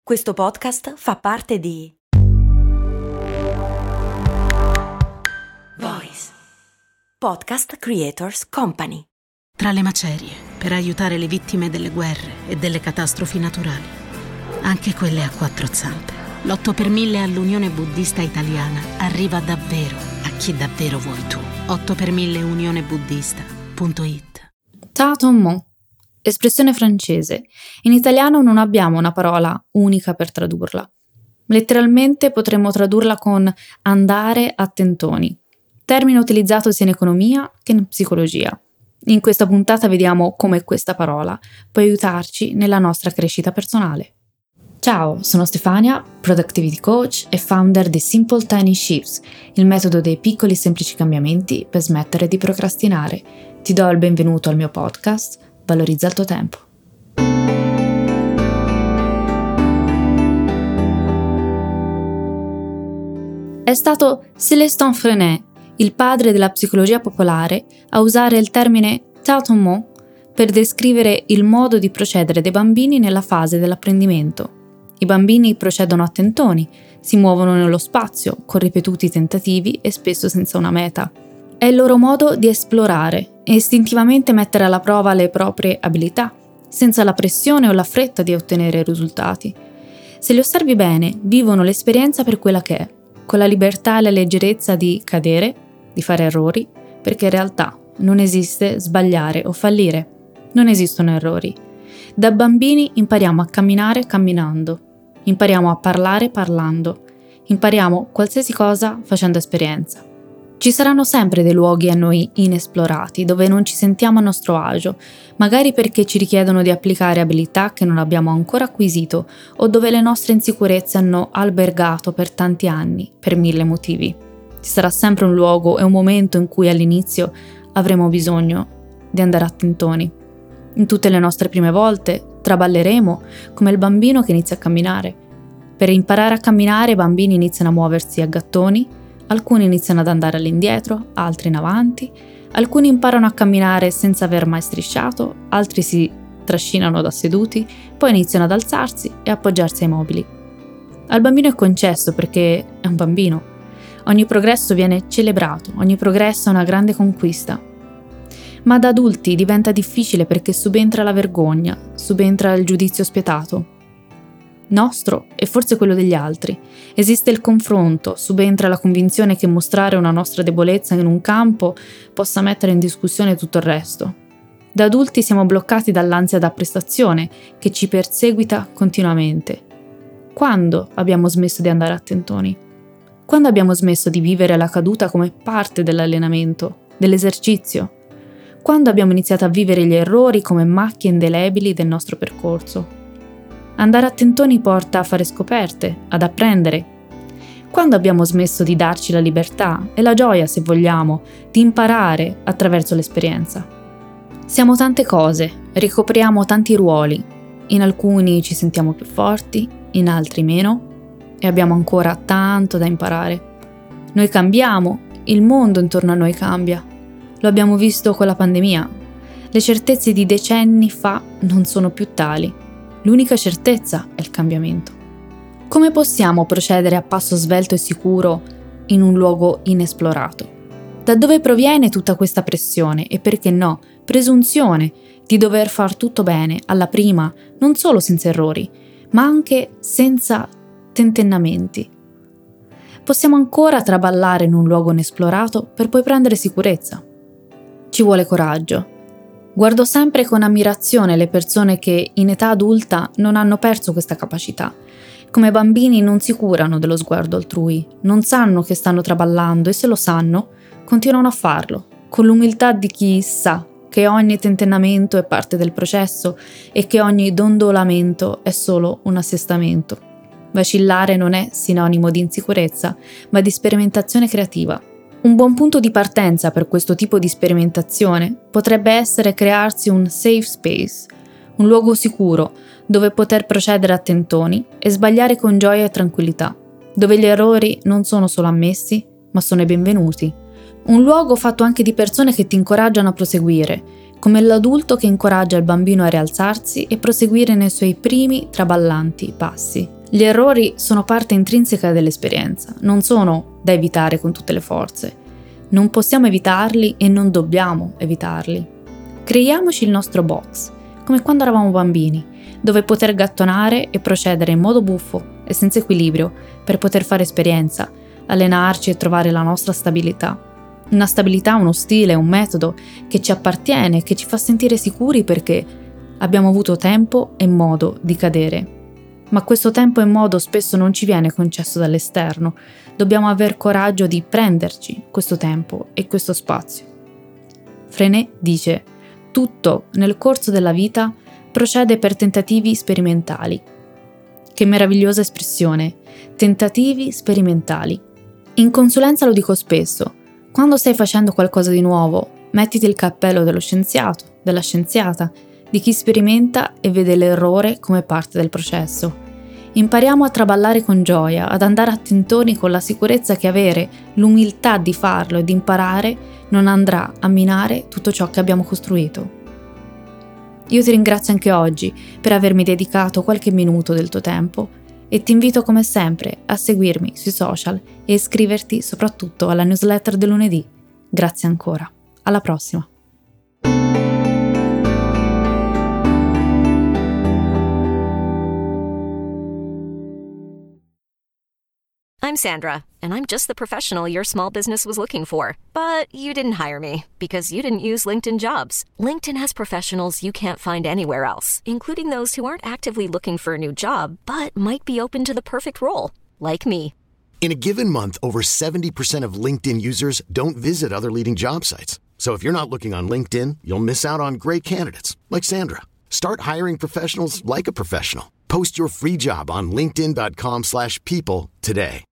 Questo podcast fa parte di Voice Podcast Creators Company. Tra le macerie, per aiutare le vittime delle guerre e delle catastrofi naturali, anche quelle a quattro zampe, l'8 per 1000 all'Unione Buddista Italiana arriva davvero a chi davvero vuoi tu. 8 per 1000 unionebuddista.it. Tâtonnement, espressione francese. In italiano non abbiamo una parola unica per tradurla. Letteralmente potremmo tradurla con andare a tentoni, termine utilizzato sia in economia che in psicologia. In questa puntata vediamo come questa parola può aiutarci nella nostra crescita personale. Ciao, sono Stefania, Productivity Coach e founder di Simple Tiny Shifts, il metodo dei piccoli e semplici cambiamenti per smettere di procrastinare. Ti do il benvenuto al mio podcast, Valorizza il tuo tempo. È stato Célestin Freinet, il padre della psicologia popolare, a usare il termine tâtonnement per descrivere il modo di procedere dei bambini nella fase dell'apprendimento. I bambini procedono a tentoni, si muovono nello spazio con ripetuti tentativi e spesso senza una meta. È il loro modo di esplorare e istintivamente mettere alla prova le proprie abilità, senza la pressione o la fretta di ottenere risultati. Se li osservi bene, vivono l'esperienza per quella che è, con la libertà e la leggerezza di cadere, di fare errori, perché in realtà non esiste sbagliare o fallire. Non esistono errori. Da bambini impariamo a camminare camminando, impariamo a parlare parlando, impariamo qualsiasi cosa facendo esperienza. Ci saranno sempre dei luoghi a noi inesplorati, dove non ci sentiamo a nostro agio, magari perché ci richiedono di applicare abilità che non abbiamo ancora acquisito o dove le nostre insicurezze hanno albergato per tanti anni, per 1000 motivi. Ci sarà sempre un luogo e un momento in cui all'inizio avremo bisogno di andare a tentoni. In tutte le nostre prime volte traballeremo come il bambino che inizia a camminare. Per imparare a camminare i bambini iniziano a muoversi a gattoni, alcuni iniziano ad andare all'indietro, altri in avanti, alcuni imparano a camminare senza aver mai strisciato, altri si trascinano da seduti, poi iniziano ad alzarsi e appoggiarsi ai mobili. Al bambino è concesso perché è un bambino. Ogni progresso viene celebrato, ogni progresso è una grande conquista. Ma da adulti diventa difficile perché subentra la vergogna, subentra il giudizio spietato. Nostro e forse quello degli altri. Esiste il confronto, subentra la convinzione che mostrare una nostra debolezza in un campo possa mettere in discussione tutto il resto. Da adulti siamo bloccati dall'ansia da prestazione che ci perseguita continuamente. Quando abbiamo smesso di andare a tentoni? Quando abbiamo smesso di vivere la caduta come parte dell'allenamento, dell'esercizio? Quando abbiamo iniziato a vivere gli errori come macchie indelebili del nostro percorso? Andare a tentoni porta a fare scoperte, ad apprendere. Quando abbiamo smesso di darci la libertà e la gioia, se vogliamo, di imparare attraverso l'esperienza? Siamo tante cose, ricopriamo tanti ruoli. In alcuni ci sentiamo più forti, in altri meno, e abbiamo ancora tanto da imparare. Noi cambiamo, il mondo intorno a noi cambia. Lo abbiamo visto con la pandemia. Le certezze di decenni fa non sono più tali. L'unica certezza è il cambiamento. Come possiamo procedere a passo svelto e sicuro in un luogo inesplorato? Da dove proviene tutta questa pressione e, perché no, presunzione di dover far tutto bene alla prima, non solo senza errori, ma anche senza tentennamenti? Possiamo ancora traballare in un luogo inesplorato per poi prendere sicurezza. Ci vuole coraggio. Guardo sempre con ammirazione le persone che in età adulta non hanno perso questa capacità. Come bambini non si curano dello sguardo altrui, non sanno che stanno traballando e se lo sanno, continuano a farlo, con l'umiltà di chi sa che ogni tentennamento è parte del processo e che ogni dondolamento è solo un assestamento. Vacillare non è sinonimo di insicurezza, ma di sperimentazione creativa. Un buon punto di partenza per questo tipo di sperimentazione potrebbe essere crearsi un safe space, un luogo sicuro dove poter procedere a tentoni e sbagliare con gioia e tranquillità, dove gli errori non sono solo ammessi, ma sono i benvenuti. Un luogo fatto anche di persone che ti incoraggiano a proseguire, come l'adulto che incoraggia il bambino a rialzarsi e proseguire nei suoi primi traballanti passi. Gli errori sono parte intrinseca dell'esperienza, non sono da evitare con tutte le forze. Non possiamo evitarli e non dobbiamo evitarli. Creiamoci il nostro box, come quando eravamo bambini, dove poter gattonare e procedere in modo buffo e senza equilibrio per poter fare esperienza, allenarci e trovare la nostra stabilità. Una stabilità, uno stile, un metodo che ci appartiene, che ci fa sentire sicuri perché abbiamo avuto tempo e modo di cadere. Ma questo tempo e modo spesso non ci viene concesso dall'esterno. Dobbiamo aver coraggio di prenderci questo tempo e questo spazio. Freinet dice: tutto nel corso della vita procede per tentativi sperimentali. Che meravigliosa espressione, tentativi sperimentali. In consulenza lo dico spesso, quando stai facendo qualcosa di nuovo, mettiti il cappello dello scienziato, della scienziata, di chi sperimenta e vede l'errore come parte del processo. Impariamo a traballare con gioia, ad andare a tentoni con la sicurezza che avere l'umiltà di farlo e di imparare non andrà a minare tutto ciò che abbiamo costruito. Io ti ringrazio anche oggi per avermi dedicato qualche minuto del tuo tempo e ti invito come sempre a seguirmi sui social e iscriverti soprattutto alla newsletter del lunedì. Grazie ancora. Alla prossima. I'm Sandra, and I'm just the professional your small business was looking for. But you didn't hire me because you didn't use LinkedIn Jobs. LinkedIn has professionals you can't find anywhere else, including those who aren't actively looking for a new job, but might be open to the perfect role, like me. In a given month, over 70% of LinkedIn users don't visit other leading job sites. So if you're not looking on LinkedIn, you'll miss out on great candidates like Sandra. Start hiring professionals like a professional. Post your free job on linkedin.com/people today.